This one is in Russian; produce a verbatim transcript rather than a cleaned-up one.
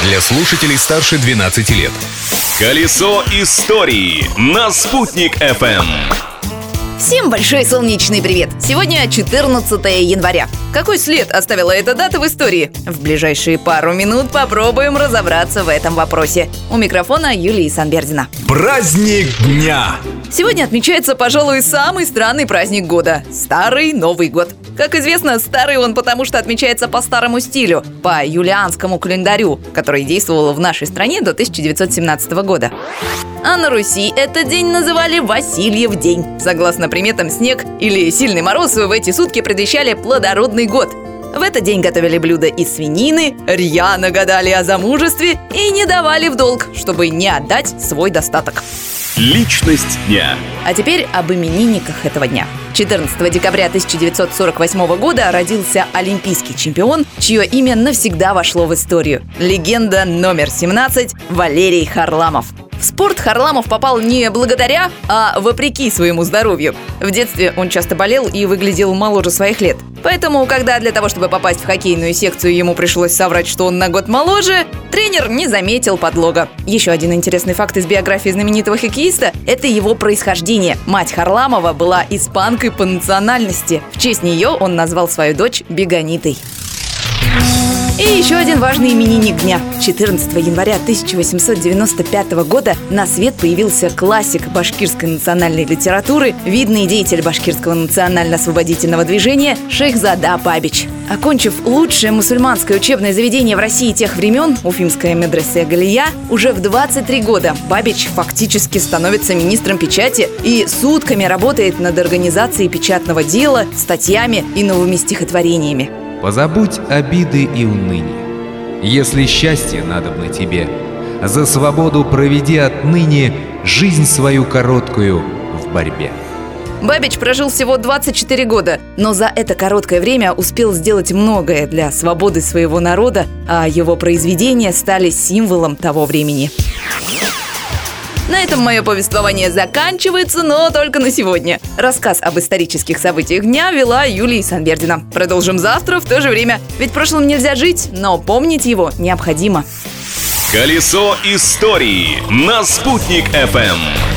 Для слушателей старше двенадцати лет. Колесо истории на Спутник эф эм. Всем большой солнечный привет! Сегодня четырнадцатое января. Какой след оставила эта дата в истории? В ближайшие пару минут попробуем разобраться в этом вопросе. У микрофона Юлия Санбердина. Праздник дня! Сегодня отмечается, пожалуй, самый странный праздник года – Старый Новый год. Как известно, старый он потому, что отмечается по старому стилю, по юлианскому календарю, который действовал в нашей стране до тысяча девятьсот семнадцатого года. А на Руси этот день называли Васильев день. Согласно приметам, снег или сильный мороз в эти сутки предвещали плодородный год. В этот день готовили блюда из свинины, рьяно гадали о замужестве и не давали в долг, чтобы не отдать свой достаток. Личность дня. А теперь об именинниках этого дня. четырнадцатого декабря тысяча девятьсот сорок восьмого года родился олимпийский чемпион, чье имя навсегда вошло в историю. Легенда номер семнадцать Валерий Харламов. В спорт Харламов попал не благодаря, а вопреки своему здоровью. В детстве он часто болел и выглядел моложе своих лет. Поэтому, когда для того, чтобы попасть в хоккейную секцию, ему пришлось соврать, что он на год моложе, тренер не заметил подлога. Еще один интересный факт из биографии знаменитого хоккеиста – это его происхождение. Мать Харламова была испанкой по национальности. В честь нее он назвал свою дочь Бегонитой. И еще один важный именинник дня. четырнадцатого января тысяча восемьсот девяносто пятого года на свет появился классик башкирской национальной литературы, видный деятель башкирского национально-освободительного движения Шейхзада Бабич. Окончив лучшее мусульманское учебное заведение в России тех времен, Уфимская медресе Галия, уже в двадцать три года Бабич фактически становится министром печати и сутками работает над организацией печатного дела, статьями и новыми стихотворениями. Позабудь обиды и уныние. Если счастье надобно тебе, за свободу проведи отныне жизнь свою короткую в борьбе. Бабич прожил всего двадцать четыре года, но за это короткое время успел сделать многое для свободы своего народа, а его произведения стали символом того времени. На этом мое повествование заканчивается, но только на сегодня. Рассказ об исторических событиях дня вела Юлия Санбердина. Продолжим завтра в то же время. Ведь прошлым нельзя жить, но помнить его необходимо. Колесо истории на Спутник эф эм.